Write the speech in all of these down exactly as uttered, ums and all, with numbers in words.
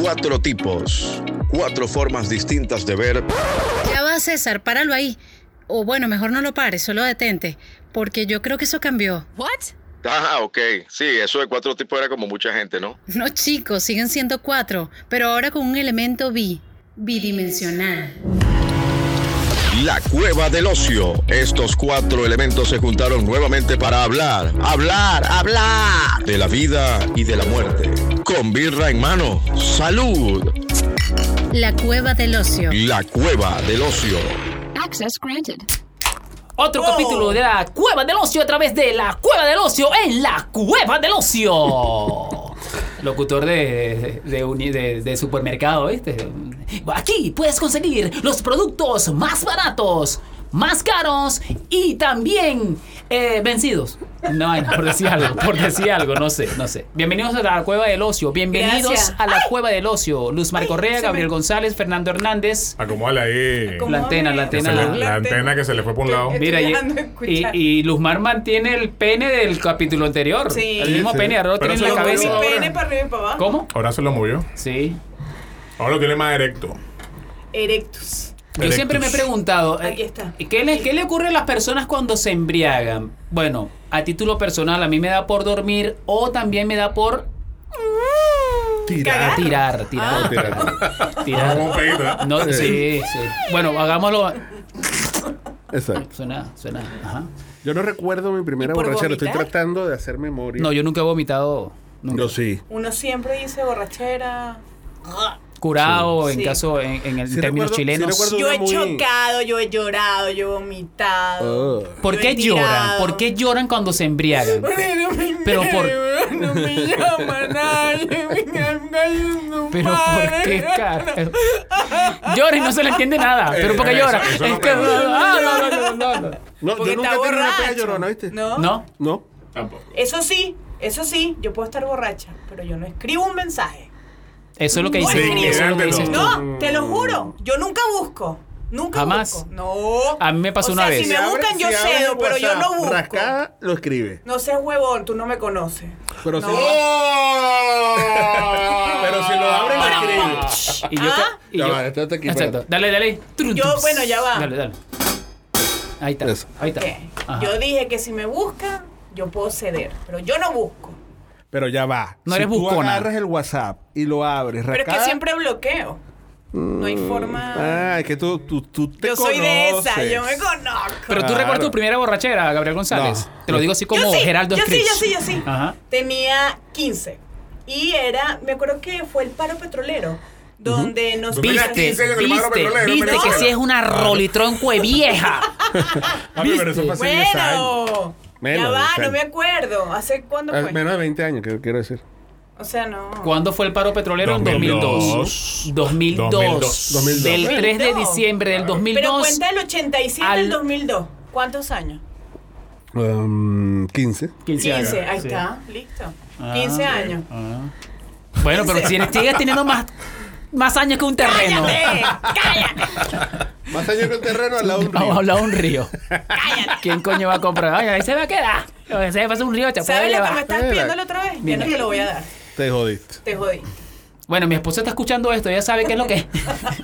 Cuatro tipos, cuatro formas distintas de ver. Ya va, César, páralo ahí. O bueno, mejor no lo pares, solo detente. Porque yo creo que eso cambió. ¿What? Ah, ok. Sí, eso de cuatro tipos era como mucha gente, ¿no? No, chicos, siguen siendo cuatro, pero ahora con un elemento bi, bidimensional. La Cueva del Ocio. Estos cuatro elementos se juntaron nuevamente para hablar, hablar, hablar de la vida y de la muerte. Con birra en mano. ¡Salud! La Cueva del Ocio. La Cueva del Ocio. Access granted. Otro oh. capítulo de la Cueva del Ocio a través de la Cueva del Ocio en la Cueva del Ocio. Locutor de, de, de, de, de supermercado, ¿viste? Aquí puedes conseguir los productos más baratos, más caros y también eh, vencidos. No, no, por decir algo, por decir algo, no sé, no sé. Bienvenidos a la Cueva del Ocio, bienvenidos Gracias. a la Ay. Cueva del Ocio. Luz Mar Correa, Gabriel me... González, Fernando Hernández. Acomódala ahí. La antena, la antena. La, la antena que se le fue por un lado. Mira, y, y, y Luz Mar mantiene el pene del capítulo anterior. Sí. El mismo sí. pene, ahora lo tiene en la cabeza. Mi pene para arriba y para abajo. ¿Cómo? Ahora se lo movió. Sí. Ahora lo tiene más erecto. Erectus. Yo Erectus. siempre me he preguntado, Aquí está. ¿qué le, ¿qué le ocurre a las personas cuando se embriagan? Bueno, a título personal, a mí me da por dormir o también me da por... Tirar. Tirar, tirar. Ah. Tirar. tirar. Como un peito. No, sí, sí. Bueno, hagámoslo... Exacto. Suena, suena, ajá. Yo no recuerdo mi primera borrachera, estoy tratando de hacer memoria. No, yo nunca he vomitado. Nunca. Yo sí. Uno siempre dice borrachera... Curado, sí. en sí. caso, en, en el sí términos recuerdo, chilenos. Sí yo he muy... chocado, yo he llorado, yo he vomitado. Oh. ¿Por qué lloran? ¿Por qué lloran cuando se embriagan? Pero por... No me llama nadie. Pero ¿por qué, cara? Llora y no se le entiende nada. ¿Pero por qué llora? Eso, eso es que... Ah, no, no, no, no, no. No, Porque yo nunca está he tenido una borracho. pea llorona, ¿viste? No. ¿No? No. Tampoco. Eso sí, eso sí, yo puedo estar borracha, pero yo no escribo un mensaje. Eso es lo que No dices, escribo. eso es lo que dices tú. No, te lo juro, yo nunca busco. Nunca ¿Jamás? busco. No. A mí me pasó o una sea, vez. Si me Si buscan, abre- yo si abre cedo, el pero yo WhatsApp, no busco. Rascada, lo escribe. No seas huevón, tú no me conoces. Pero No. si Pero si lo abre, lo escribe. Y yo... ¿Ah? y Ya yo va, estate aquí, exacto. espérate. Dale, dale. Yo, bueno, ya va. Dale, dale. Ahí está. Eso. Ahí está. Ok. Ajá. Yo dije que si me buscan, yo puedo ceder, pero yo no busco. Pero ya va. No si eres tú buscona. agarras el WhatsApp y lo abres, Pero es que rascada, siempre bloqueo. No hay forma. Ah, es que tú, tú, tú te Yo soy de esa, conoces. yo me conozco. Pero tú Claro. recuerdas tu primera borrachera, Gabriel González. No. Te lo digo así como yo sí, Geraldo yo sí, Scritch. yo sí, yo sí. Ajá. Tenía quince. Y era, me acuerdo que fue el paro petrolero. Donde nos Tú tenías Viste, quince años en el paro viste, petrolero, viste no que me si es una rolitronco vieja. Ah, pero eso fue hace diez años. Bueno, Menos ya de va, diez no años. me acuerdo. ¿Hace cuándo Ah, fue? menos de veinte años, que quiero decir. O sea, no. ¿Cuándo fue el paro petrolero? En dos mil dos. dos mil dos. dos mil dos. Del tres de dos mil dos. diciembre del dos mil dos. Pero cuenta el ochenta y siete al- al dos mil dos. ¿Cuántos años? Um, quince. quince años. quince, ahí Sí. está, listo. Ah, quince años. Ah. Bueno, pero si sigues teniendo más, más años que un terreno. ¡Cállate! ¡Cállate! Más años que el terreno al lado de un Vamos a río. hablar de un río. ¿Quién coño va a comprar? Ay, ahí se va a quedar. Se pasa un río, te puede ¿Sabes lo que me llevar. estás pidiendo la otra vez? Ya no te lo voy a dar. Te jodiste. Te jodí. Bueno, mi esposa está escuchando esto, ella sabe qué es lo que es.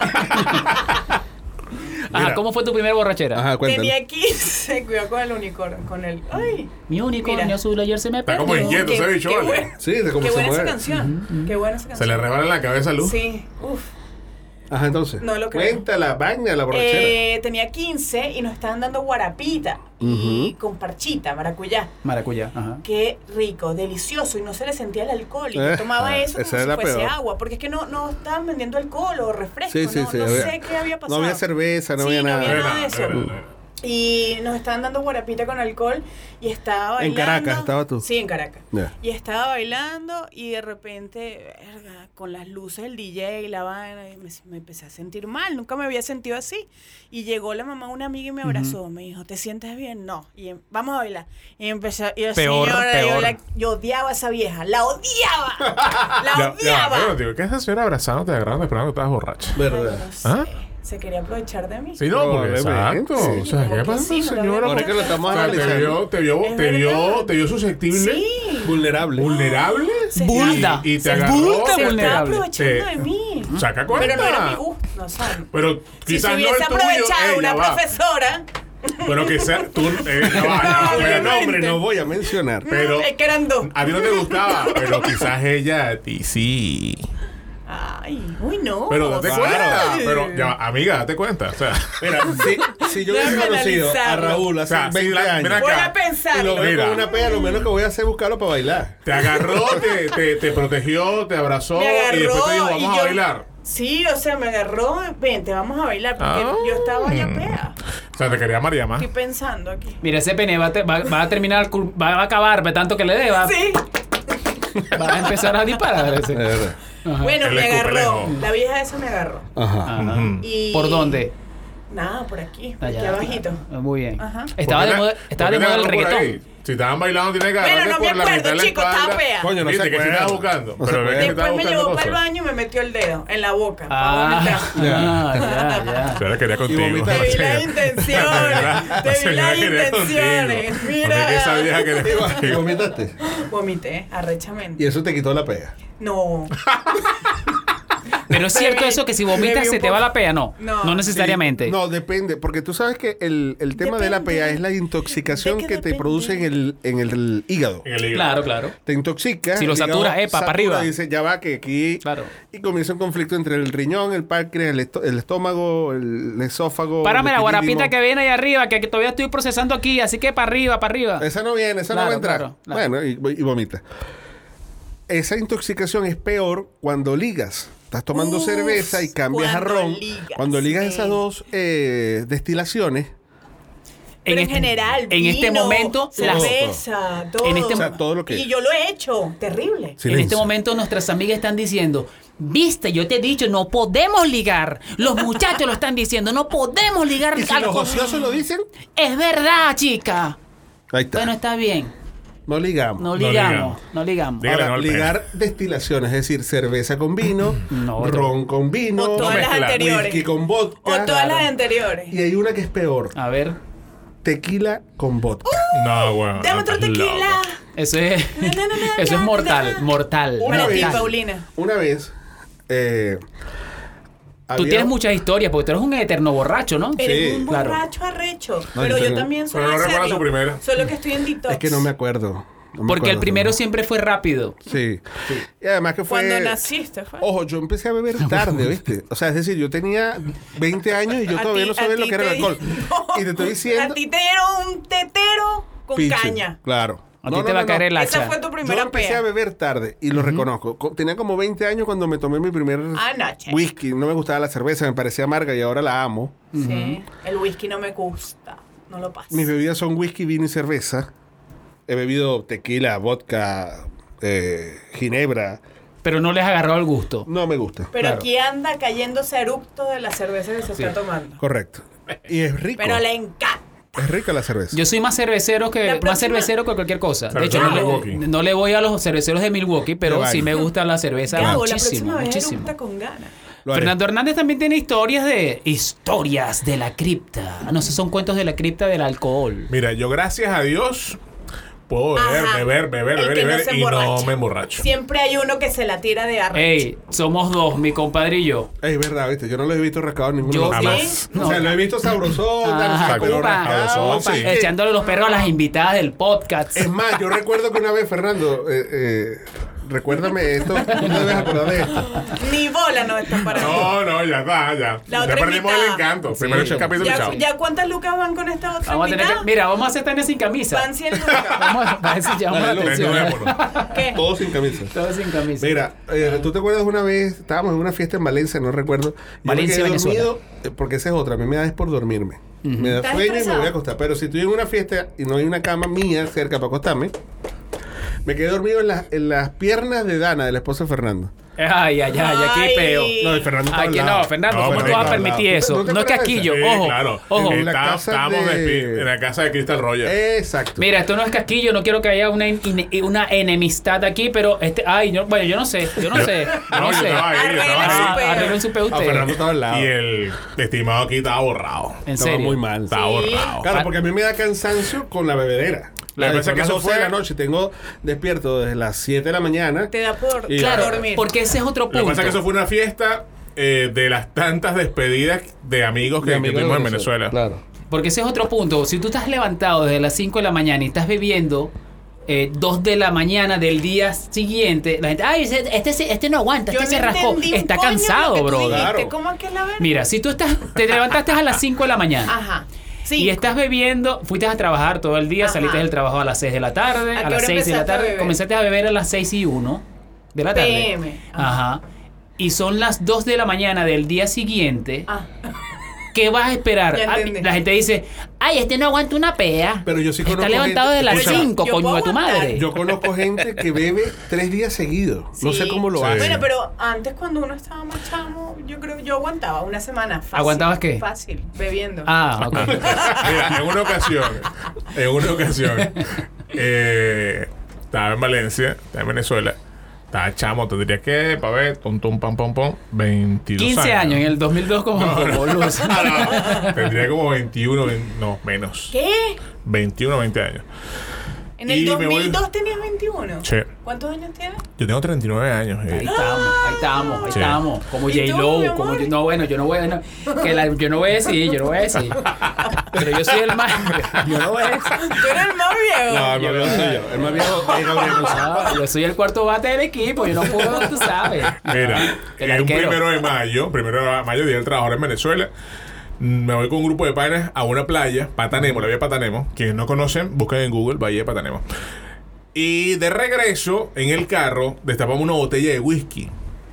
Ajá, Mira. ¿cómo fue tu primera borrachera? Ajá, cuéntame. Tenía quince. Cuidado con el unicornio. Con el. ¡Ay! Mi unicornio Mira. azul ayer se me Está perdió. como inquieto Qué- ese bicho, qué ¿vale? bueno. Sí, de cómo Qué se buena esa mueve. canción. Qué buena esa Se canción. le rebala la cabeza a Luz. Sí. Uf. Ajá, entonces. No lo creo. Cuenta la vaina de la borrachera. Eh, tenía quince y nos estaban dando guarapita y con parchita, maracuyá. Maracuyá, ajá. Qué rico, delicioso y no se le sentía el alcohol. Y Eh, yo tomaba ah, eso como esa si es la fuese peor. agua, porque es que no, no estaban vendiendo alcohol o refresco, Sí, sí, no, sí. no había- sé qué había pasado. No había cerveza, no Sí, había no nada. había No era nada de nada, eso. no era nada, no era. Y nos estaban dando guarapita con alcohol y estaba ¿En bailando. Caracas estaba tú? Sí, en Caracas. Ya. Y estaba bailando y de repente, verga, con las luces del D J y la vaina, y me, me empecé a sentir mal. Nunca me había sentido así. Y llegó la mamá de una amiga y me abrazó. Me dijo, ¿te sientes bien? No. Y em- vamos a bailar. Y empezó, y yo, Peor, señora, peor. Yo, la- yo odiaba a esa vieja. La odiaba. La Ya, ya, odiaba. bueno, digo, ¿qué es esa señora abrazándote, agarrando, esperando que estabas borracha? Verdad. No sé. ¿Ah? se quería aprovechar de mí. Sí, no, porque exacto. Sí, o sea, ¿qué pasa, sí, no señora? Ahora que lo estamos O sea, te analizando. vio, te vio, Es te vio, verdad. te vio susceptible, Sí. Vulnerable. vulnerable, Se Bulda. y, y te Se agarró. bulda Se está vulnerable. aprovechando Sí. de mí. Saca cuenta. Pero no era mi gusto, no sabe. Pero Si quizás se no hubiese el tuyo. aprovechado Ey, una ya va. profesora, Pero que sea tú. Eh, ya va, ya va, Cuyo pero no, nombre no voy a mencionar. Pero es que eran dos. a ti no te gustaba, pero quizás ella a ti sí. Ay, uy, no. Pero date Claro. cuenta. Pero ya, va, amiga, date cuenta. O sea, Mira, si, si yo hubiese Déjame conocido a analizarlo. Raúl o hace sea, si veinte la- años mira Voy acá, a y pensarlo. lo veo Mira. con una pea, lo menos que voy a hacer es buscarlo para bailar. te agarró, te, te, te protegió, te abrazó Me agarró y después te dijo, y vamos yo- a bailar. Sí, o sea, me agarró, vente, vamos a bailar, porque Ah. yo estaba ya pea. O sea, te quería María más. Estoy pensando aquí. Mira, ese pene va a, te- va, va a terminar, cul- va a acabar de tanto que le dé, va, Sí. va a empezar a disparar. ese. De verdad. Ajá. Bueno, El me agarró. escupelejo. La vieja esa me agarró. Ajá. Ajá. Ujú. Y ¿Por dónde? Nada, por aquí, por aquí Allá. abajito. Muy bien. Ajá. Estaba ¿Por de qué moda, te- estaba por de qué te moda el agarró por reggaetón. ahí? Si estaban bailando, tiene que Bueno, agarrarte no me por la acuerdo, mitad de la chico, estaba espalda. pea. Coño, no Viste se que sí acuerda. estaba buscando. No se Pero ves que acuerda. estaba Después me buscando llevó para el cosas. baño y me metió el dedo en la boca. Ah, para vomitar. ah, ya, ya. Se la quería contigo. vomita. Te vi La las señora- intenciones. la Te vi señora las quería intenciones. contigo. Mira. Porque esa vieja quería ¿Y contigo. vomitaste? Vomité, arrechamente. Y eso te quitó la pea. No. Pero es cierto eso que si vomitas Bebí un se te va poco. la pea, no. No. No necesariamente. No, depende, porque tú sabes que el, el tema de la Depende. pea es la intoxicación ¿De qué que te depende? produce en el, en el hígado. En el hígado. Claro, claro. Te intoxica. Si lo el hígado satura, epa, para satura, arriba. Dice, ya va, que aquí. Claro. Y comienza un conflicto entre el riñón, el páncreas, el, esto- el estómago, el esófago. Párame el la guarapita epidídimo. que viene ahí arriba, que, que todavía estoy procesando aquí, así que para arriba, para arriba. Esa no viene, esa Claro, no va a entrar. claro, claro. Bueno, y, y vomita. Esa intoxicación es peor cuando ligas. Estás tomando Uf, cerveza y cambias a cuando ron. ligas, Cuando ligas sí. esas dos eh, destilaciones, Pero en, este- general, en este vino, momento, las- cerveza, todo. En este o sea, todo lo que. Y yo lo he hecho, terrible. En este Silencio. momento nuestras amigas están diciendo, viste, yo te he dicho, no podemos ligar. Los muchachos lo están diciendo, no podemos ligar ¿Y si algo. los ociosos lo dicen? Es verdad, chica. Ahí está. Bueno, está bien. no ligamos. No No ligamos, ligamos. no ligamos. Dígale Ahora, no al pene. ligar destilaciones, es decir, cerveza con vino, No, ron con vino, O todas las mezclar, anteriores. whisky con vodka. O todas las anteriores. Y hay una que es peor, A ver, tequila con vodka. No, bueno. Dame otro estás tequila. loco. eso es, Na, na, na, na, eso es na, mortal, na. mortal. Una Para ti, vez. Paulina. Una vez, eh, Tú había- tienes muchas historias, porque tú eres un eterno borracho, ¿no? Eres un claro. borracho arrecho. No, pero yo yo tengo- también soy Pero no recuerda hacerlo. su primera. Solo que estoy en detox. Es que no me acuerdo. No me Porque el acuerdo, primero no. siempre fue rápido. Sí. Y además que fue... Cuando naciste, fue. Ojo, yo empecé a beber tarde, ¿viste? O sea, es decir, yo tenía veinte años y yo A todavía ti- no sabía a lo ti que era el te- alcohol. No, Y te estoy diciendo... A ti te dieron un tetero con pinche, caña. Claro. A ti te va a caer el Esa hacha. fue tu Yo primera empecé pea. a beber tarde y lo reconozco. Co- Tenía como veinte años cuando me tomé mi primer Anoche. whisky. No me gustaba la cerveza, me parecía amarga y ahora la amo. Sí. El whisky no me gusta. No lo paso. Mis bebidas son whisky, vino y cerveza. He bebido tequila, vodka, eh, ginebra. Pero no les agarró el gusto. No me gusta. Pero Claro. aquí anda cayéndose eructo de la cerveza que se Sí. está tomando. Correcto. Y es rico. Pero le encanta. Es rica la cerveza. Yo soy más cervecero que La más próxima- cervecero que cualquier cosa. De hecho, Cervecero no de le, Milwaukee. no le voy a los cerveceros de Milwaukee, pero De sí vaina. me gusta la cerveza Gabo, la muchísimo, próxima vez muchísimo. eructa con ganas. Lo haré. Fernando Hernández también tiene historias de historias de la cripta. No sé, son cuentos de la cripta del alcohol. Mira, yo gracias a Dios puedo beber, Ajá. beber, beber, El beber, que no beber se y no emborracha. me emborracho. Siempre hay uno que se la tira de arrecho. Ey, somos dos, mi compadre y yo. Es verdad, ¿viste? Yo no lo he visto rascado en ningún Yo lugar. Jamás. O sea, lo he visto sabrosón, Ajá, tal, pero upa, rascado, upa, sí. Echándole los perros a las invitadas del podcast. Es más, yo recuerdo que una vez, Fernando, eh, eh, recuérdame esto, tú no debes acordar de esto. Ni bola no está para mí. No, no, ya está, ya. La Ya otra perdimos invitada. el encanto. Primero Sí. capítulo, ¿Ya, chao. ya cuántas lucas van con esta otra Vamos a tener invitada? que, mira, vamos a hacer Tania sin camisa. Van cien lucas. Vamos a, a ver si llamamos la Dale, atención. Desnudémonos. ¿Qué? Todo sin camisa. Todo sin camisa. Mira, eh, ¿tú te acuerdas una vez? Estábamos en una fiesta en Valencia, no recuerdo. Yo me Valencia, quedé Venezuela. dormido, eh, porque esa es otra. A mí me da es por dormirme. Me da ¿Estás sueño y me estresado? voy a acostar. Pero si estoy en una fiesta y no hay una cama mía cerca para acostarme, me quedé dormido en, las- en las piernas de Dana, de la esposa de Fernando. Ay, ay, ay, aquí Ay. peo. No, y Fernando está Aquí al no, lado. Fernando, No, ¿cómo tú Fernando vas a al lado. permitir eso? ¿No te No es acuerdas de casquillo, Sí, ojo. claro. Ojo. En la Está- casa estábamos de- de... en la casa de Crystal Royal. Exacto. Mira, esto no es casquillo, no quiero que haya una, in- una enemistad aquí, pero este, ay, yo, bueno, yo no sé, yo no sé, yo no yo sé. estaba ahí, yo estaba Arregla ahí. su peo. Arreglen su peo Ah, ustedes. Fernando estaba al lado. Y el estimado aquí estaba borrado. En Estaba serio. muy mal. Estaba Sí. borrado. Claro, porque a mí me da cansancio con la bebedera. La La cosa cosa que que eso eso fue de fue- la noche. Tengo despierto desde las siete de la mañana. Te da por Y- Claro, dormir. porque ese es otro Lo que punto. pasa es que eso fue una fiesta eh, de las tantas despedidas de amigos que, De que amigos de tuvimos en Venezuela. Claro. Porque ese es otro punto. Si tú estás levantado desde las cinco de la mañana y estás bebiendo eh, dos de la mañana del día siguiente, la gente, ay, ese- este, se- este no aguanta, Yo este se no rascó. entendí un Está coño lo cansado, que tú bro. dijiste. Claro. ¿Cómo es que es la verdad? Mira, si tú estás, te levantaste a las cinco de la mañana. Ajá. Sí. Y estás bebiendo, fuiste a trabajar todo el día, Ajá. saliste del trabajo a las seis de la tarde, ¿A a, qué las hora seis de la empezaste a tarde, beber? comenzaste a beber a las seis y uno de la tarde. P M. Ajá. Y son las dos de la mañana del día siguiente. Ah. ¿Qué vas a esperar? Ya Ah, entendí. la gente dice, ay, este no aguanta una pea. Pero yo sí Está conozco levantado gente- de las Escúchame, cinco, yo coño puedo de tu aguantar. madre. Yo conozco gente que bebe tres días seguidos. No Sí. sé cómo lo Sí. hace. Bueno, pero antes cuando uno estaba más chamo, yo creo que yo aguantaba una semana fácil. ¿Aguantabas qué? Fácil, bebiendo. Ah, ok. Mira, en una ocasión, en una ocasión, eh, estaba en Valencia, estaba en Venezuela, estaba chamo, tendría que, para ver, tum, tum, pam, pam, pam, veintidós quince años, en el dos mil dos como, como luz. Tendría como veintiuno, veinte, no, menos. ¿Qué? veintiuno, veinte años. ¿En el Y me voy- dos mil dos tenías veintiuno? Sí. ¿Cuántos años tienes? Yo tengo treinta y nueve años. eh. Ahí estamos, ahí estamos, ahí Sí. estamos. Como ¿Y tú, mi J-Lo, amor? como yo, no, bueno, yo no voy a, no, que la- yo no voy a decir, yo no voy a decir. Pero yo soy el más, yo no voy a decir. Tú eres el más viejo. No, el más viejo soy yo. El más viejo es Gabriel González. Ah, yo soy el cuarto bate del equipo, yo no puedo, tú sabes. Mira, El en un arquero. primero de mayo, primero de mayo, Día del Trabajador en Venezuela, me voy con un grupo de panas a una playa, Patanemo, la Bahía de Patanemo. Quienes no conocen, busquen en Google Bahía de Patanemo. Y de regreso, en el carro, destapamos una botella de whisky.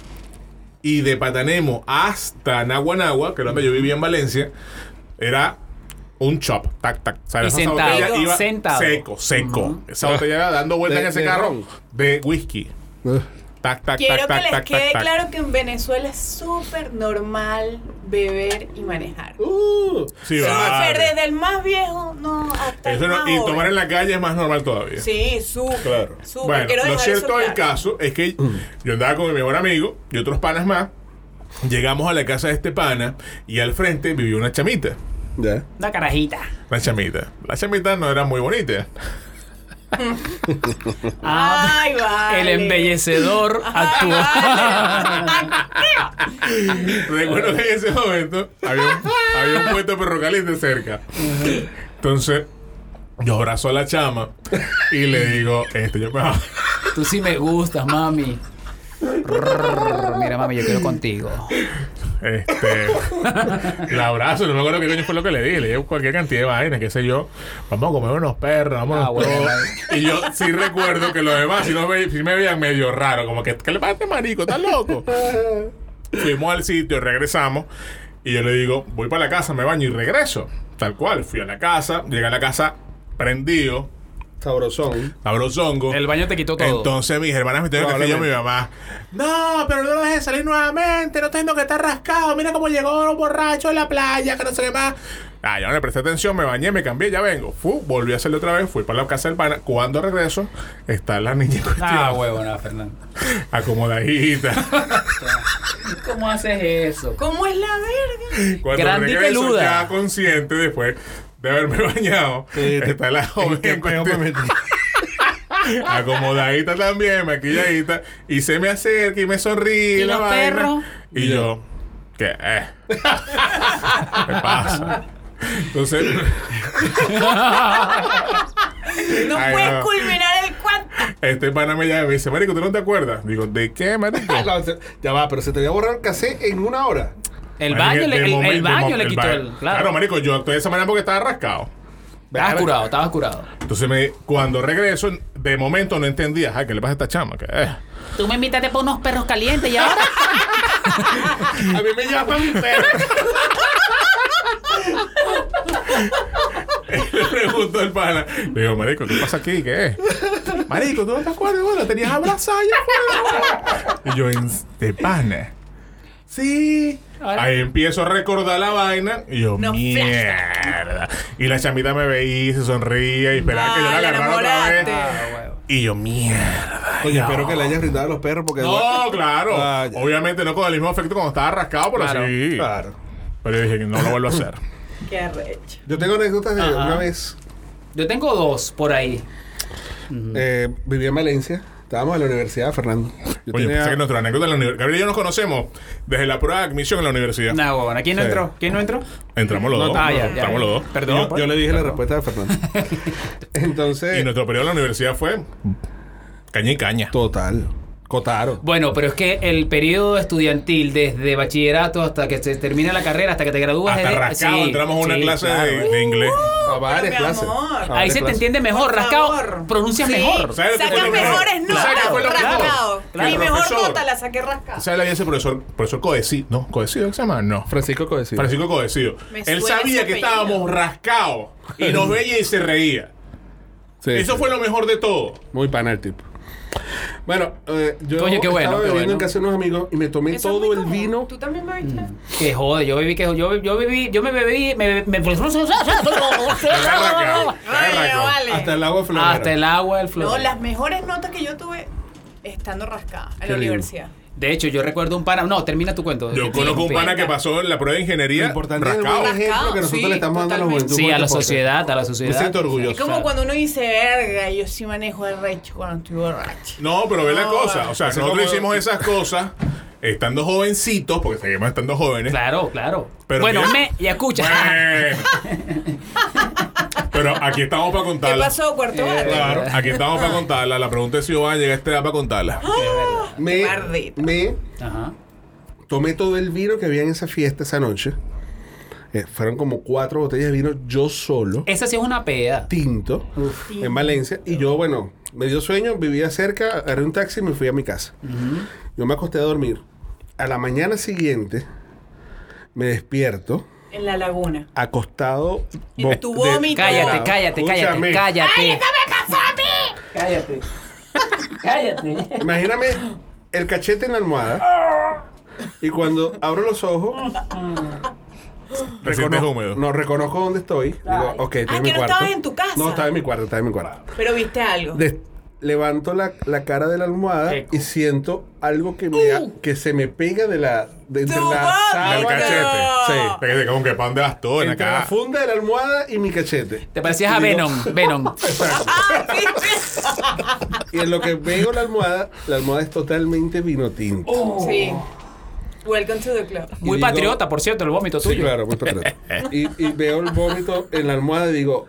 Y de Patanemo hasta Naguanagua, que es donde yo vivía en Valencia, era un chop, tac, tac. O sea, Y esa sentado, botella iba sentado. seco, seco. Ujú. Esa botella iba dando vueltas De- en ese de carro ron. de whisky. Tac, tac, Quiero tac, que tac, les tac, quede tac, tac. claro que en Venezuela es súper normal beber y manejar. Uh, Sí, Súper, vale. desde el más viejo no hasta el Eso no- más y joven. tomar en la calle es más normal todavía. Sí, súper. Claro. súper. Bueno, Quiero lo dejar cierto eso del claro. caso es que yo andaba con mi mejor amigo y otros panas más. Llegamos a la casa de este pana y al frente vivía una chamita. ya. Una carajita. Una chamita. La chamita no era muy bonita. Ah, Ay, vale. el embellecedor actuó. Recuerdo que en ese momento había un, había un puesto de perro caliente cerca. Entonces, yo abrazo a la chama y le digo, este, yo me bajo. Tú sí me gustas, mami. Rrr, mira, mami, yo quiero contigo. Este, la abrazo, no me acuerdo qué coño fue lo que le dije. Le dije cualquier cantidad de vainas, qué sé yo. Vamos a comer unos perros, vamos Ah, bueno. Y yo sí recuerdo que los demás sí, no me, sí me veían medio raro, como que, ¿qué le pasa a este marico? ¿Estás loco? Fuimos al sitio, regresamos. Y yo le digo, voy para la casa, me baño y regreso. Tal cual, fui a la casa, llegué a la casa prendido, Sabrosón. sabrosongo. El baño te quitó todo. Entonces mis hermanas me tuvieron que yo mi mamá. No, pero no lo dejes salir nuevamente. No tengo que estar rascado. Mira cómo llegó un borracho en la playa, que no sé qué más. Ah, yo no le presté atención, me bañé, me cambié, ya vengo. Fu, volví a hacerlo otra vez, fui para la casa del pana. Cuando regreso, está la niña en cuestión, Ah, huevo, no, Fernando. acomodadita. ¿Cómo haces eso? ¿Cómo es la verga? Cuando Grande y regreso, peluda. ya consciente, después de haberme bañado, Sí, te- está la joven ¿Qué en peo me cuestión. metí? Acomodadita también, maquilladita, y se me acerca y me sonríe. ¿Y la los vaina. perros? Y yo, ¿qué? Eh. ¿Qué pasa? Entonces, No Ay, puedes no. culminar el cuento. este pana me llama y me dice, marico, ¿tú no te acuerdas? Digo, ¿de qué, marico? No, se- ya va, pero se te voy a borrar el cassette en una hora. El Marico, baño, le, de el, el momento, baño de le mo- quitó ba- el. Claro. Claro, marico, yo actué de esa manera porque estaba rascado. Estabas curado, estabas curado. Entonces, me, cuando regreso, de momento no entendía, ay, ¿qué le pasa a esta chama? ¿Qué? Eh. Tú me invitaste por unos perros calientes y ahora. A mí me llaman mi perro. Le pregunto al pana. Le digo, marico, ¿qué pasa aquí? ¿Qué es? marico, ¿tú no te acuerdas? Bueno, tenías abrazada allá afuera. Y yo, en de pana. Sí. Ahora. Ahí empiezo a recordar la vaina y yo, No, mierda. Y la chamita me veía y se sonría y esperaba que yo la Ah, la agarrara otra vez. enamoraste. Y yo, mierda. Oye, espero que le hayas brindado a los perros porque... No, claro. Ah, ya. Obviamente no con el mismo efecto cuando estaba rascado, pero Claro, sí. Claro. Pero yo dije que no lo vuelvo a hacer. Qué arrecho. Yo tengo anécdotas de Ajá. una vez. Yo tengo dos por ahí. Eh, viví en Valencia. Estábamos en la universidad, Fernando. Yo Oye, tenía- pensé que nuestra anécdota en la universidad. Gabriel y yo nos conocemos desde la prueba de admisión en la universidad. Nah, huevona. ¿Quién no Sí. entró? ¿Quién no entró? Entramos los No, dos. Ah, ya, ya. Entramos los dos. Perdón. yo, pues. yo le dije Perdón. la respuesta de Fernando. Entonces... Y nuestro periodo en la universidad fue caña y caña. Total. Cotaro. Bueno, pero es que el periodo estudiantil desde bachillerato hasta que se termina la carrera, hasta que te gradúas... Hasta es de- rascado sí, entramos a una sí, clase claro. de, de inglés. A varias pero mi clases. amor. A Ahí varias se te clases. entiende mejor. Por Rascado, favor. pronuncias Sí. mejor. ¿Sabes lo que fue Sacas lo mejor? mejores ¿Sabes notas, qué fue lo mejor? rascado. Que Mi el mejor profesor- nota la saqué rascada. ¿Sabes la ese profesor? Profesor Codecido. No, Codecido, ¿qué se llama? No. Francisco Codecido. Francisco Codecido. Me Él suena sabía ese que apellido. estábamos rascados y nos veía y se reía. Sí, Eso sí. fue lo mejor de todo. Muy pana el tipo. Bueno, eh, yo Coño, qué bueno, estaba qué bebiendo bueno. en casa de unos amigos y me tomé Eso es todo muy el común. vino. ¿Tú también bebiste? Que jode, yo bebí, que yo, yo bebí, yo me bebí, me, me, me- Arranca. Ay, vale. Hasta el agua florera. hasta el agua, el No, flor. las mejores notas que yo tuve estando rascada en Qué la lindo. universidad. De hecho, yo recuerdo un pana. No, termina tu cuento. Yo Sí, conozco un pana venga. que pasó en la prueba de Lo ingeniería importante es el rascado. buen ejemplo que nosotros Sí, le estamos dando a la totalmente. juventud. Sí, con a la este podcast. sociedad, a la Me sociedad. siento Es orgulloso. como cuando uno dice, verga, yo sí manejo el recho cuando estoy borracho. No, pero ve la No, cosa. O sea, Así nosotros como- hicimos esas cosas estando jovencitos, porque seguimos estando jóvenes. Claro, claro. Pero bueno, mira- me y escucha. Bueno. Pero aquí estamos para ¿Qué contarla. pasó, cuarto bate? Claro, aquí estamos para contarla. La pregunta es si van a llegar a esta edad para contarla. Me, Maldito. me Ajá. tomé todo el vino que había en esa fiesta esa noche. Eh, fueron como cuatro botellas de vino yo solo, Esa sí es una peda. tinto, en Valencia. Y yo, bueno, me dio sueño, vivía cerca, agarré un taxi y me fui a mi casa. Yo me acosté a dormir. A la mañana siguiente me despierto En la laguna. acostado. En bo- tu de- vómito. Cállate, cállate, Escúchame. cállate, cállate. Cállate. Cállate. Imagíname el cachete en la almohada. Y cuando abro los ojos, Te sientes húmedo. no reconozco dónde estoy. Digo, ok, estoy Ah, en mi que no cuarto. estabas en tu casa. No, estaba en mi cuarto, estaba en mi cuarto. Pero viste algo. De- levanto la, la cara de la almohada Eco. y siento algo que, me, Uh. que se me pega de la, de entre ¡Tu la vómito! sábana. Del cachete. Sí. Te quedé como que pan de bastón Entre la acá. funda de la almohada y mi cachete. Te parecías a Y digo- Venom. Venom. Ah, sí, sí. Y en lo que veo la almohada, la almohada es totalmente vino tinto. Sí. Welcome to the club. Muy digo- patriota, por cierto, el vómito Sí, tuyo. claro, muy patriota. y, y veo el vómito en la almohada y digo,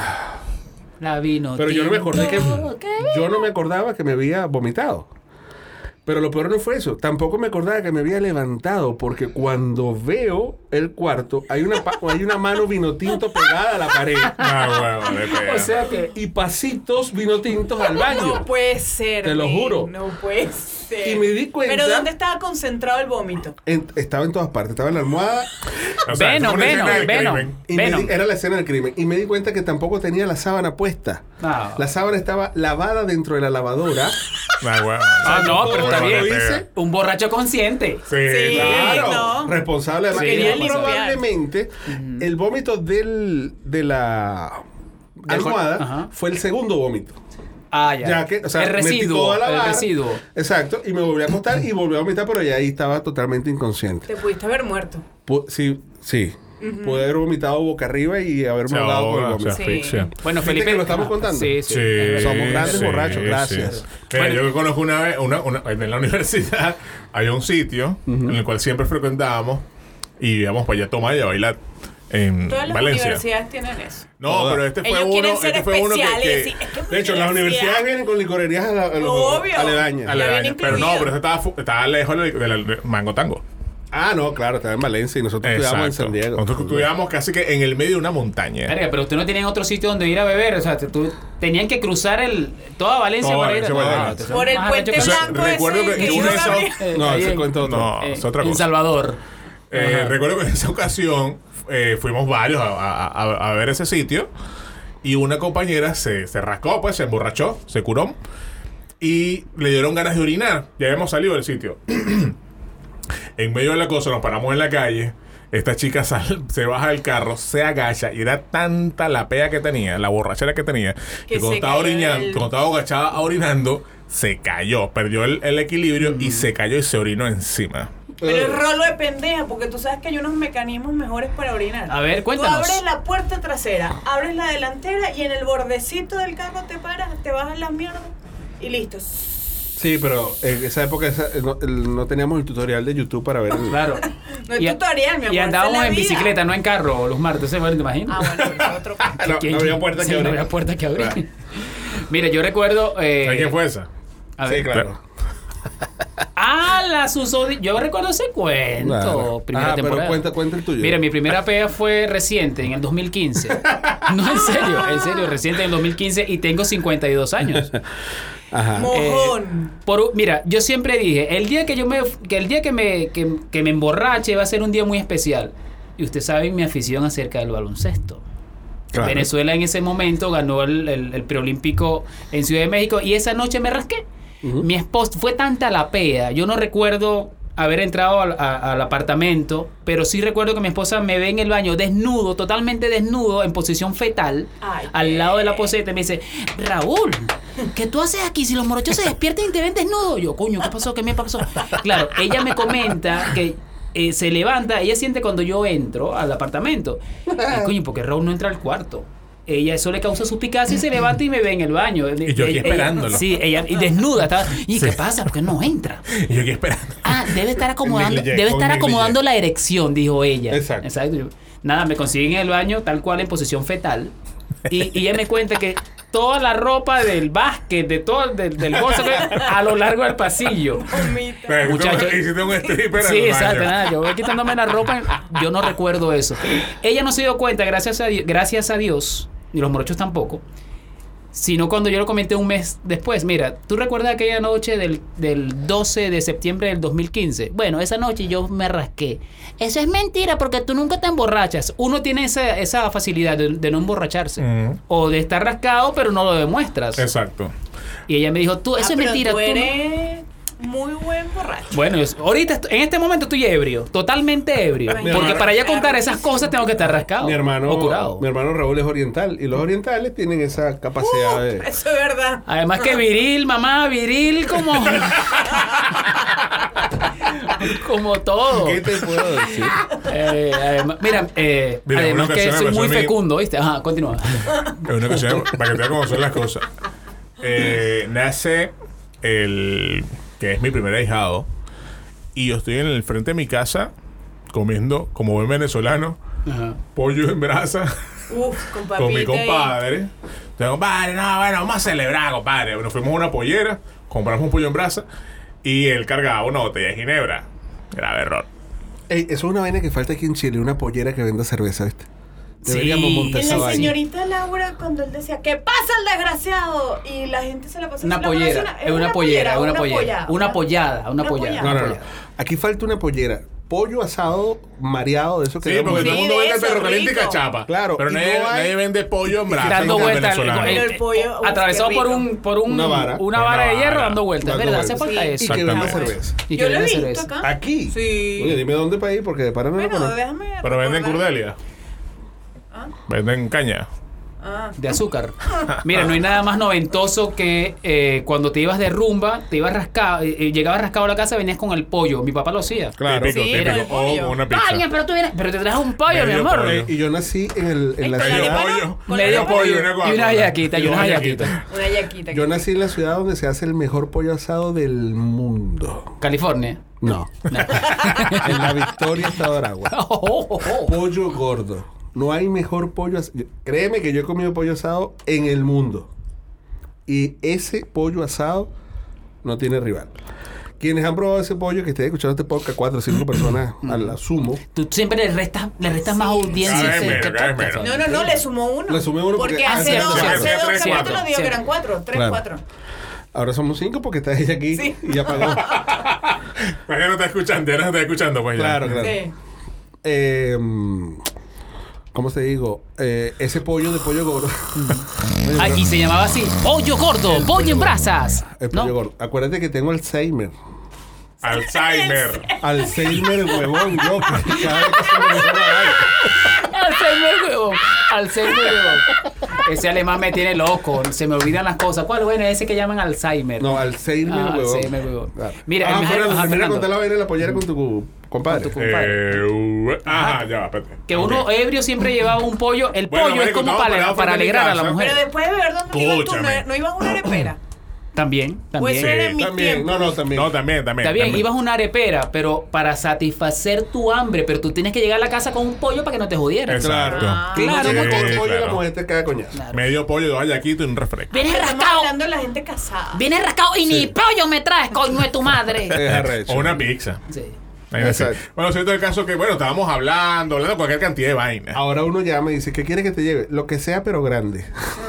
La vino. pero yo no me acordé que tinto. yo no me acordaba que me había vomitado. Pero lo peor no fue eso. Tampoco me acordaba que me había levantado porque cuando veo el cuarto hay una pa- hay una mano vino tinto pegada a la pared Ah, huevo, le pega. O sea que. y pasitos vino tintos al baño. No puede ser. Te lo men, juro. No puede ser. Y me di cuenta- Pero ¿dónde estaba concentrado el vómito? En- estaba en todas partes. Estaba en la almohada O sea, Venom, esa fue una escena Venom, del Venom. crimen. y me Venom. di- era la escena del crimen. Y me di cuenta que tampoco tenía la sábana puesta. Ah. La sábana estaba lavada dentro de la lavadora. Ah, huevo. Ah, no, pero está Huevo, bien. le pega. hice. Un borracho consciente. Sí, Sí. claro. no. Responsable además. Sí, y quería muy limpiar. probablemente el vómito del, de la Del- almohada ajá. fue el segundo vómito. Ah, ya. Ya que, o sea, el metí residuo. todo a El lavar. residuo. Exacto. Y me volví a acostar y volví a vomitar, pero ya ahí estaba totalmente inconsciente. Te pudiste haber muerto. Pu- sí, sí. Pude haber vomitado boca arriba y haberme Se ahogado por el ahoga, se vómito. Sí. asfixia. Bueno, ¿Viste Felipe. que lo estamos Ajá. contando? Sí, sí. Sí, Somos grandes borrachos, gracias. Mira, Bueno. yo conozco una vez, una, una- en la universidad, había un sitio en el cual siempre frecuentábamos y íbamos para allá a tomar y a bailar en Todas las Valencia. universidades tienen eso. No, Todas. pero este fue Ellos uno, quieren ser este fue uno que, especiales, que sí, es que es De hecho, las universidad. universidades vienen con licorerías a la, a los Obvio. aledañas. Ya aledaño. viene Pero no, incluido. pero este estaba, fu- estaba lejos de, de la- de Mango Tango. Ah, no, claro, estaba en Valencia y nosotros estudiábamos en San Diego. Nosotros estudiábamos casi que en el medio de una montaña. Verga, pero usted no tienen otro sitio donde ir a beber. O sea, tú tenían que cruzar el toda Valencia Toda para ir a Valencia para no, ir. no, Por el más puente arrecho que- O sea, blanco recuerdo ese que que en hizo una de esas- Gabriel. Eh, No, ahí ese en- cuento otro. No, eh, es otra en cosa. Salvador. Eh, Ajá. recuerdo que en esa ocasión eh, fuimos varios a, a- a- a ver ese sitio y una compañera se, se rascó, pues se emborrachó, se curó y le dieron ganas de orinar. Ya habíamos salido del sitio. En medio de la cosa nos paramos en la calle. Esta chica sal, se baja del carro, se agacha y era tanta la pea que tenía, la borrachera que tenía, que, que cuando, estaba orinando, el... cuando estaba agachada orinando, se cayó, perdió el, el equilibrio mm. y se cayó y se orinó encima. Pero es rolo de pendeja, porque tú sabes que hay unos mecanismos mejores para orinar. A ver, cuéntanos. Tú abres la puerta trasera, abres la delantera y en el bordecito del carro te paras, te bajas las mierdas y listo. Sí, pero en esa época esa, no, el, no teníamos el tutorial de YouTube para ver. El... Claro. No es tutorial, mi amor. Y andábamos en bicicleta, no en carro, los martes, ¿se te imaginas? Ah, bueno, pero otro. no, no había puerta que sí, abrir. No había puerta que abrir. Claro. Mira, yo recuerdo... Eh, ¿Sabes quién fue esa? A ver, sí, claro. Ah, la susodi... Yo recuerdo ese cuento. Claro. Primera ah, temporada. Pero cuenta, cuenta el tuyo. Mira, mi primera pea fue reciente, en el dos mil quince. No, en serio, en serio, reciente en el dos mil quince y tengo cincuenta y dos años. Ajá. Mojón. Eh, por, mira, yo siempre dije, el día que yo me que el día que me que, que me emborrache va a ser un día muy especial. Y usted sabe mi afición acerca del baloncesto. Claro. Venezuela en ese momento ganó el, el, el preolímpico en Ciudad de México y esa noche me rasqué. Uh-huh. Mi esposa, fue tanta la pea, yo no recuerdo haber entrado al, a, al apartamento, pero sí recuerdo que mi esposa me ve en el baño desnudo, totalmente desnudo, en posición fetal, Ay, al qué. lado de la poseta, y me dice, Raúl, ¿qué tú haces aquí? Si los morochos se despiertan y te ven desnudo. Yo, coño, ¿qué pasó? ¿Qué me pasó? Claro, ella me comenta que eh, se levanta, ella siente cuando yo entro al apartamento, y, coño, porque Raúl no entra al cuarto. Ella eso le causa suspicacia y se levanta y me ve en el baño. Y yo aquí ella, esperándolo. Ella, sí, ella y desnuda. Estaba, ¿y sí. qué pasa? ¿Por qué no entra? Y yo aquí esperando. Ah, debe estar acomodando, debe estar acomodando la erección, dijo ella. Exacto. Exacto. Nada, me consiguen en el baño tal cual en posición fetal. Y, y ella me cuenta que toda la ropa del básquet, de todo, del, del bolso, a lo largo del pasillo. Muchachos. Hiciste un stripper. Sí, exacto. Nada, yo voy quitándome la ropa. Yo no recuerdo eso. Ella no se dio cuenta, gracias a, gracias a Dios, ni los morochos tampoco, sino cuando yo lo comenté un mes después. Mira, ¿tú recuerdas aquella noche del, del doce de septiembre del dos mil quince? Bueno, esa noche yo me rasqué. Eso es mentira porque tú nunca te emborrachas. Uno tiene esa, esa facilidad de, de no emborracharse. Mm. O de estar rascado pero no lo demuestras. Exacto. Y ella me dijo, tú, eso ah, es mentira. Tú eres tú no... muy buen borracho. Bueno, yo, ahorita, en este momento estoy ebrio. Totalmente ebrio. Mi porque hermano, para ya contar esas cosas tengo que estar rascado. Mi hermano, o curado. Mi hermano Raúl es oriental. Y los orientales tienen esa capacidad uh, de... Eso es verdad. Además que viril, mamá, viril como... como todo. ¿Qué te puedo decir? Eh, además, mira, eh, mira, además que soy muy fecundo, ¿viste? Ajá, continúa. Es una ocasión, para que te veas cómo son las cosas. Eh, nace el... que es mi primer ahijado, y yo estoy en el frente de mi casa comiendo, como buen venezolano, ajá, pollo en brasa. Uf, con, con mi compadre. Entonces, compadre, no, bueno, vamos a celebrar, compadre. Nos fuimos a una pollera, compramos un pollo en brasa y él cargaba una botella de ginebra. Grave error. Ey, eso es una vaina que falta aquí en Chile, una pollera que venda cerveza, ¿viste? Deberíamos sí. montar esa vaina. La señorita Laura, cuando él decía, ¿qué pasa el desgraciado? Y la gente se la pasa. Una pollera, es una pollera, una pollera. Una pollada, una pollada. No, no, no. Aquí falta una pollera. Pollo asado mareado, de eso que... Sí, porque todo el mundo vende perro caliente y rico. cachapa. Claro. Pero nadie, no hay... nadie vende pollo en brasa. Dando vueltas. El, el pollo, uf, atravesado por un, por un, una vara, una vara de vara. hierro dando vueltas. ¿Verdad? Hace falta sí. eso. Y que venda cerveza. Y Yo que lo he venda visto cerveza. acá. ¿Aquí? Sí. Oye, dime dónde para ir, porque de para no bueno, lo déjame Pero venden recordar. Curdelia. ¿Ah? Venden caña. Ah. De azúcar. Mira, no hay nada más noventoso que eh, cuando te ibas de rumba, te ibas rascado, eh, llegabas rascado a la casa, venías con el pollo. Mi papá lo hacía. Claro. Típico, Sí, típico. el O pollo. una pizza. Coño, pero tú vienes, pero te traes un pollo, Medio mi amor. pollo. Eh, y yo nací en, el, en la Con la Medio ciudad... arepa, pollo. ¿no? Con Medio la pollo arepa. y una yaquita, y una yaquita. Una yaquita. Yo nací en la ciudad donde se hace el mejor pollo asado del mundo. California. No. No. En la Victoria, Estado de Aragua. Oh, oh, oh. Pollo gordo. No hay mejor pollo asado. Créeme que yo he comido pollo asado en el mundo. Y ese pollo asado no tiene rival. Quienes han probado ese pollo, que estén escuchando este podcast, cuatro o cinco personas al asumo. Tú siempre le restas, le restas más audiencia. Ay, a ese mira, que ay, podcast. mira. No, no, no, le sumó uno. Le sumé uno porque- porque Ah, hace cierto, dos, cierto, hace dos cierto, capítulos cierto. dijo que eran cuatro. Tres, Claro. cuatro. Ahora somos cinco porque está ella aquí Sí. y ya pagó. Pues ya no está escuchando, ya no está escuchando, pues ya. Claro, claro. Sí. Eh, ¿cómo te digo? Eh, ese pollo de pollo gordo. Ah, y se llamaba así, pollo gordo, pollo en brasas. El pollo ¿No? gordo. Acuérdate que tengo Alzheimer. Alzheimer. Alzheimer, huevón. Yo, cada vez que se me mejora algo. Alzheimer, huevón. Alzheimer, huevón. Ese alemán me tiene loco. Se me olvidan las cosas. ¿Cuál? Bueno, ese que llaman Alzheimer. No, Alzheimer, Ah, huevón. Alzheimer, huevón. Claro. Mira, ah, el mejor- Fernando, ajá, termina de Fernando. contar la vaina de la pollera con tu compadre. Con tu compadre. Eh, uh, ajá, ya va, espérate. Que uno Ok. ebrio siempre llevaba un pollo. El Bueno, pollo es marico, como estamos para, parados para frente a mi alegrar a la casa. mujer. Pero después de beber, ¿dónde ibas tú? Escúchame. ¿No, no ibas a una arepera? También, Pues también. eso era en mi También, tiempo. no, no, también. No, también, también. Está bien, también. ibas a una arepera, pero para satisfacer tu hambre, pero tú tienes que llegar a la casa con un pollo para que no te jodieran. Exacto. Ah. Claro, Sí, Como todo el pollo y la claro. mujer te caga coñazo. Medio pollo, dos hallaquitos y un refresco. Vienes Estamos rascado, hablando de la gente casada. vienes rascado y ni Sí. pollo me traes, coño de tu madre. Es arrecho. O una pizza. Sí. Ahí así. Exacto. Bueno, cierto el caso que, bueno, estábamos hablando, hablando de cualquier cantidad de vainas. Ahora uno llama y dice, ¿qué quiere que te lleve? Lo que sea, pero grande.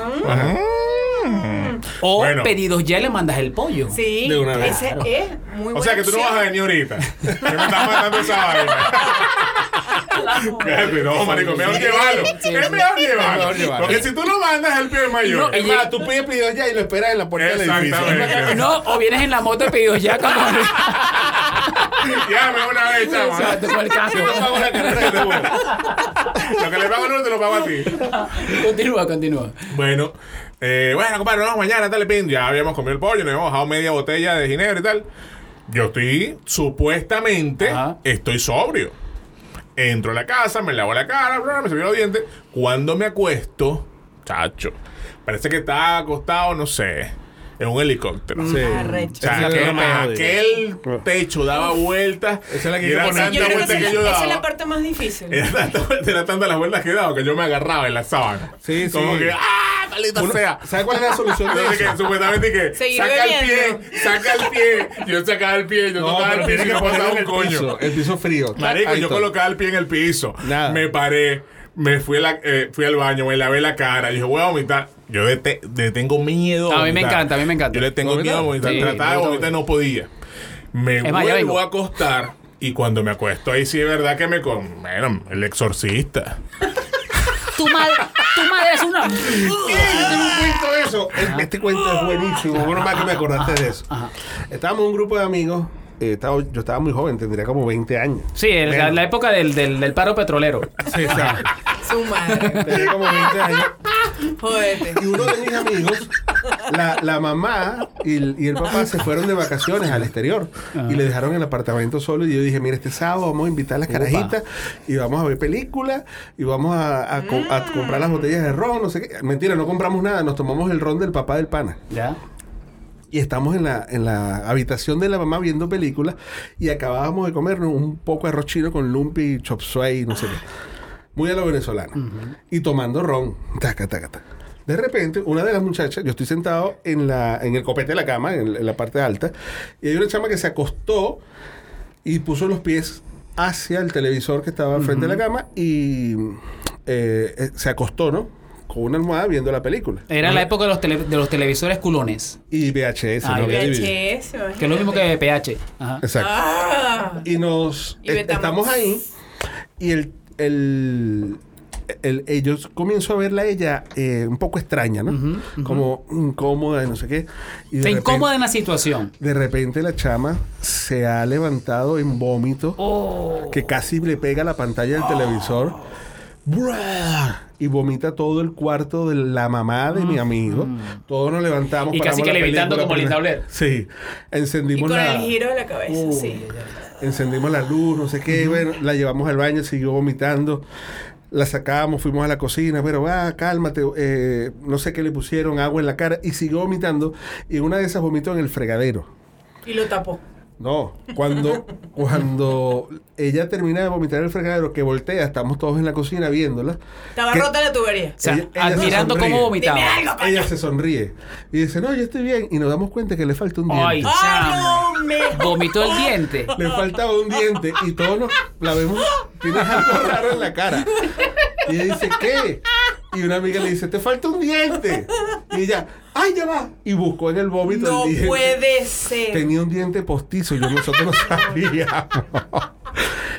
O Bueno. pedidos ya le mandas el pollo. Sí, De una vez. ese Claro. es muy bueno. O sea que tú no vas a venir ahorita. Que me estás mandando esa vaina. Fíjate, no, marico, mejor llevarlo. Sí, es sí. mejor llevarlo. Mejor llevarlo. Porque si tú lo mandas, el pie es mayor. Es más, tú pides pedidos ya y lo esperas en la puerta del edificio. Exactamente. No, o vienes en la moto de pedidos ya como... Ya, me una vez, chama. Exacto, con el casco. Yo te pago la carrera que te voy. Lo que le pago a uno te lo pago a ti. Continúa, continúa. Bueno, eh, bueno, compadre, no, mañana tal pin. Ya habíamos comido el pollo, nos habíamos bajado media botella de ginebra y tal. Yo estoy, supuestamente, Ajá. estoy sobrio. Entro a la casa, me lavo la cara, bla, me cepillo los dientes. Cuando me acuesto, chacho, parece que estaba acostado, no sé, en un helicóptero. Sí. Arrecho. O sea, Esa es la que que más odio. aquel techo daba vueltas. Esa es la que y yo era ponía. tanta Yo creo que vuelta esa, que yo esa es la daba. parte más difícil. Era tanta, era tanta las vueltas que daba que yo me agarraba en la sábana. Sí, Como sí. que, ¡ah, maldita Uno- sea! ¿Sabes cuál es la solución de Entonces, eso? que supuestamente que Seguir saca el bebiendo. pie, saca el pie. Yo sacaba el pie, yo No, tocaba el pero pie y tienes no que ponerlo pasaba en un el coño. piso, el piso frío. Marico, Ahí yo está. colocaba el pie en el piso. Nada. Me paré, me fui, a la, eh, fui al baño, me lavé la cara. Dije, voy a vomitar. Yo le, te- le tengo miedo. A mí me vomitar. encanta, a mí me encanta. Yo le tengo ¿Vomitar? miedo a vomitar. Sí, Trataba de vomitar. vomitar, no podía. Me Es más, ya vengo. vuelvo a acostar. Y cuando me acuesto, ahí sí es verdad que me con. Bueno, el exorcista. Tu madre, tu madre es una... Yo tengo un cuento de eso. El- Este cuento es buenísimo. Bueno, más que me acordaste de eso. Estábamos un grupo de amigos. eh, estaba- yo estaba muy joven, tendría como veinte años. Sí, el- la, Bueno. la época del, del, del paro petrolero. Sí, exacto. Su madre. Tenía como veinte años. Jódete. Y uno de mis amigos, la, la mamá y el, y el papá se fueron de vacaciones al exterior y le dejaron el apartamento solo. Y yo dije, mira, este sábado vamos a invitar a las Upa. carajitas y vamos a ver películas y vamos a, a co- a comprar las botellas de ron, no sé qué. Mentira, no compramos nada, nos tomamos el ron del papá del pana. ¿Ya? Y estamos en la, en la habitación de la mamá viendo películas y acabábamos de comernos un poco de arroz chino con lumpi y chop suey, no sé qué. Muy a lo venezolano. Y tomando ron. Taca, taca, taca. De repente, una de las muchachas, yo estoy sentado en, la, en el copete de la cama, en, en la parte alta, y hay una chama que se acostó y puso los pies hacia el televisor que estaba al frente de la cama y eh, eh, se acostó, ¿no? Con una almohada viendo la película. Era la época de los, tele- de los televisores culones. Y V H S, Ah, no y había D V D. V H S, Que es lo mismo que P H. Ajá. Exacto. Ah. Y nos Y eh, Betamax. estamos ahí y el, el, el- ellos comienzo a verla a ella eh, un poco extraña, ¿no? Ujú, ujú. Como incómoda y no sé qué. Y de Se repente- incómoda en la situación. De repente la chama se ha levantado en vómito Oh. que casi le pega a la pantalla del televisor. ¡Bruah! Y vomita todo el cuarto de la mamá de mi amigo. Todos nos levantamos. Y casi paramos que la levitando película, como Linda porque- Blair. Sí. Y Encendimos con la... el giro de la cabeza, Uh, sí. Encendimos la luz, no sé qué, bueno, la llevamos al baño, siguió vomitando, la sacamos, fuimos a la cocina, pero va, cálmate, eh, no sé qué le pusieron, agua en la cara, y siguió vomitando, y una de esas vomitó en el fregadero. Y lo tapó. No, cuando, cuando ella termina de vomitar en el fregadero, que voltea, estamos todos en la cocina viéndola. Estaba ¿Qué? rota la tubería. O sea, Ella- ella se admirando sonríe. cómo vomitaba. Dime algo, coño. Ella se sonríe y dice, no, yo estoy bien, y nos damos cuenta que le falta un diente. Ay, ¡Ay, chamo. no, me... Vomitó el diente. Le faltaba un diente y todos nos la vemos, tienes algo raro en la cara. Y ella dice, ¿qué? Y una amiga le dice, te falta un diente. Y ella, ¡ay, ya va! Y buscó en el vómito No el diente. puede ser. Tenía un diente postizo y yo nosotros no sabíamos.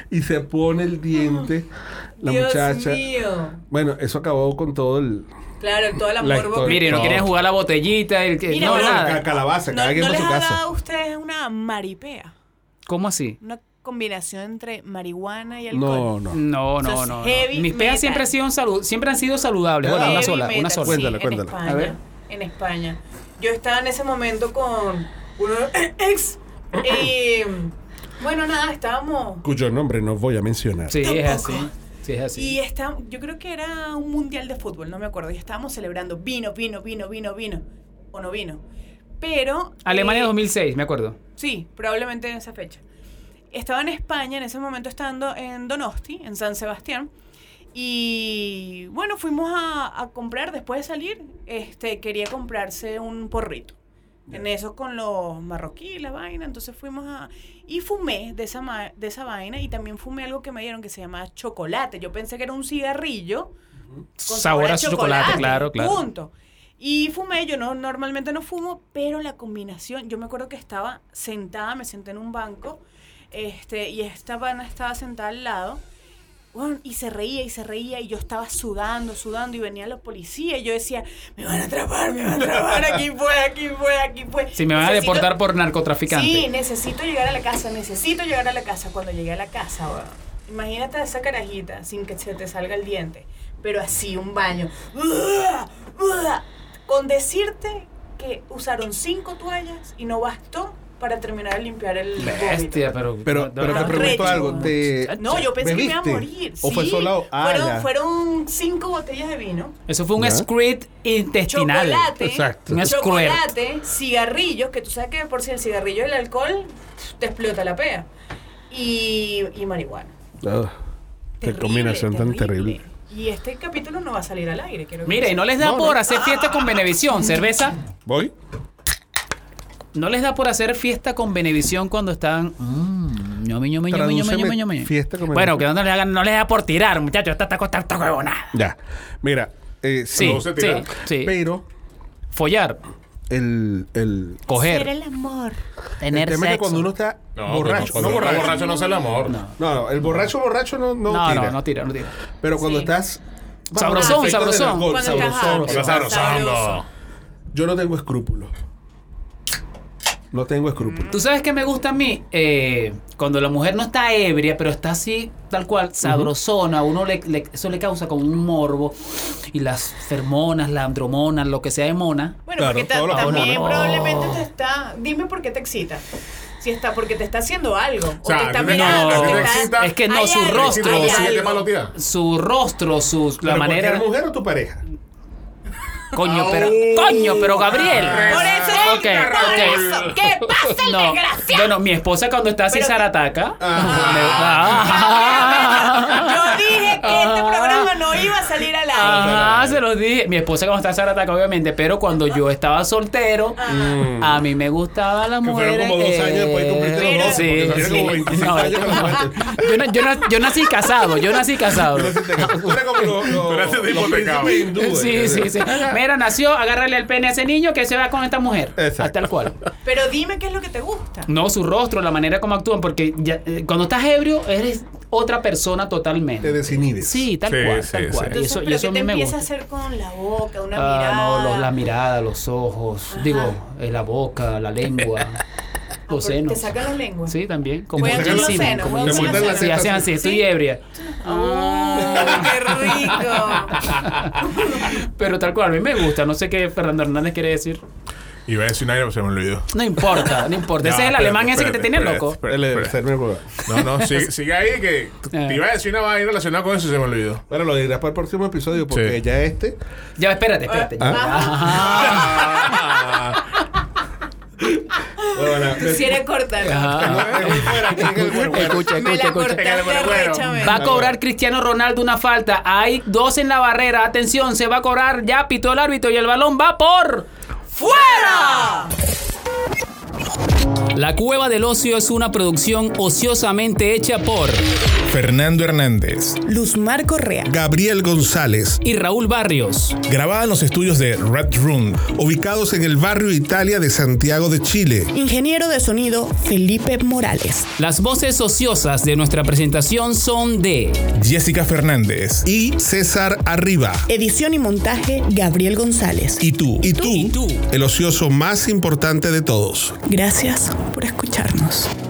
y se pone el diente la Dios muchacha. mío. Bueno, eso acabó con todo el... Claro, toda la La morbo. historia. Mire, no No. quieren jugar la botellita, el que Mira, no, pero- nada. Ca- Calabaza, ¿No, cada quien ¿no para les su ha casa. dado a ustedes una maripea? ¿Cómo así? Una combinación entre marihuana y alcohol. No, no. No, Eso no, es no. no. heavy Mis peas metal. siempre han sido salu- siempre han sido saludables. Bueno, una Heavy sola, metal, una sola. sí, Cuéntale, en cuéntale. España, A ver. en España. Yo estaba en ese momento con uno ex y bueno, nada, estábamos Cuyo nombre no voy a mencionar. Sí, es Tampoco. así. Sí, es así. y está, yo creo que era un mundial de fútbol, no me acuerdo, y estábamos celebrando vino, vino, vino, vino, vino o no vino. Pero Alemania eh, dos mil seis, me acuerdo. Sí, probablemente en esa fecha. Estaba en España, en ese momento estando en Donosti, en San Sebastián. Y bueno, fuimos a, a comprar, después de salir, este, quería comprarse un porrito. En eso con los marroquíes, la vaina. Entonces fuimos a... Y fumé de esa, ma- de esa vaina y también fumé algo que me dieron que se llama chocolate. Yo pensé que era un cigarrillo con Sabor a chocolate, claro, claro. Punto. Y fumé, yo no normalmente no fumo, pero la combinación, yo me acuerdo que estaba sentada, me senté en un banco, este, y esta pana estaba sentada al lado, bueno, y se reía y se reía, y yo estaba sudando, sudando, y venía la policía, y yo decía, me van a atrapar, me van a atrapar, aquí fue, aquí fue, aquí fue. Si me van a Necesito- deportar por narcotraficante. Sí, necesito llegar a la casa, necesito llegar a la casa. Cuando llegué a la casa, bueno, imagínate a esa carajita sin que se te salga el diente, pero así, un baño. Con decirte que usaron cinco toallas y no bastó para terminar de limpiar el Bestia, pero. Pero, no, pero no, te no. pregunto Recho. algo. Te, No, yo pensé que me iba a ¿bebiste? morir. ¿O fue Sí, solo? Ah, fueron, ya. fueron cinco botellas de vino, Eso fue un ¿Ya? squirt intestinal. chocolate, Exacto. Un squirt. chocolate, cigarrillos, que tú sabes que por si el cigarrillo y el alcohol te explota la pea, y, y marihuana. Ah, qué Terrible, combinación tan terrible. Y este capítulo no va a salir al aire. Quiero que Mira, y no les da No, por no. hacer fiesta con Benevisión, cerveza. ¿Voy? No les da por hacer fiesta con Benevisión cuando están. Mmm, ñomi, ñomi, ñomi, ñomi, Tradúceme ñomi, ñomi. fiesta con Bueno, Benevisión. que no les, hagan, no les da por tirar, muchachos. Esta está costando esta huevona. Ya. Mira, eh, Sí, No se sí, tira. sí. pero Follar, el, el, Hacer coger, el amor. el tener tema es que sexo. cuando uno está No, borracho, cuando no uno está borracho, borracho no hace el amor. No, no, no, el borracho borracho no, no, no, tira. no, no tira, no tira. Pero cuando Sí. estás bajo Sabrosón, los efectos del sabrosón. alcohol, Cuando estás sabrosón, harto. Está sabrosando. yo no tengo escrúpulos. No tengo escrúpulos. ¿Tú sabes qué me gusta a mí? Eh, cuando la mujer no está ebria, pero está así, tal cual, sabrosona, a uno le, le- eso le causa como un morbo. Y las fermonas, las andromonas, lo que sea de mona. Bueno, Claro, porque ta- todos los también hormonas. probablemente te está... Dime por qué te excita. Si está porque te está haciendo algo. O, sea, te a está ti te- mirando. a ti te te está- excita- Es que no, hay su algo, rostro, hay ¿Lo siguiente algo. malo, tía? Su rostro, su, la ¿Pero manera. cualquier mujer o tu pareja? Coño, pero. Coño, pero Gabriel. Por eso, Ok, por ok. eso. ¿Qué pasa, el No, desgraciado? bueno, mi esposa cuando está así Pero- zarataca. Yo dije que este programa no iba a salir al aire. Ajá, se los dije. Mi esposa cuando está zarataca, obviamente, pero cuando yo estaba soltero, a mí me gustaba la Que mujer. fueron como dos años después de cumplirte Pero- los doce, Sí, porque sí. tiene como veinticinco No, años que no. no- Yo, no- yo no- yo nací casado, yo nací casado. Tú eres como los, los, Tú eres los hipotecado. príncipes hindúes. Sí, sí, sí. Mira, nació, agárrale el pene a ese niño que se va con esta mujer. Exacto. Hasta el cual. Pero dime qué es lo que te gusta. No, su rostro, la manera como actúan, porque ya, eh, cuando estás ebrio eres otra persona totalmente. Te desinhibes. Sí, tal Sí, cual, sí, tal sí. cual. Y Entonces, eso, y ¿pero eso qué a te mí me empieza a gusta. hacer con la boca? Una Ah, mirada. no, los- la mirada, los ojos, Ajá. digo, eh, la boca, la lengua, Ah, los porque senos. ¿Te sacan las lenguas? Sí, también. Como Voy a hacer los encima, senos, como voy a hacer encima. los Sí, senos. hacen así, estoy Sí. ebria. ¡Oh, qué rico! Pero tal cual, a mí me gusta. No sé qué Fernando Hernández quiere decir. Iba a decir una pero se me olvidó. No importa, no importa. Ese No, es el espérate, alemán ese que te espérate, tiene espérate, loco. espérate, El espérate. hacerme el programa. No, no, sigue, sigue ahí que te Eh. iba a decir una vaina relacionada con eso y se me olvidó. Bueno, lo dirás para el próximo episodio porque Sí. ya este. Ya, espérate, espérate. Ah. Bueno, Tú sí eres cortar. Ajá. Escucha, Me escucha, la escucha. cortaste arrechamente. Va a cobrar Cristiano Ronaldo una falta. Hay dos en la barrera. Atención, se va a cobrar. Ya pitó el árbitro y el balón va por. ¡Fuera! La Cueva del Ocio es una producción ociosamente hecha por Fernando Hernández, Luzmar Correa, Gabriel González y Raúl Barrios. Grabada en los estudios de Red Room, ubicados en el barrio Italia de Santiago de Chile. Ingeniero de sonido Felipe Morales. Las voces ociosas de nuestra presentación son de Jessica Fernández y César Arriba. Edición y montaje Gabriel González. Y tú, y tú, y tú, el ocioso más importante de todos. Gracias por escucharnos.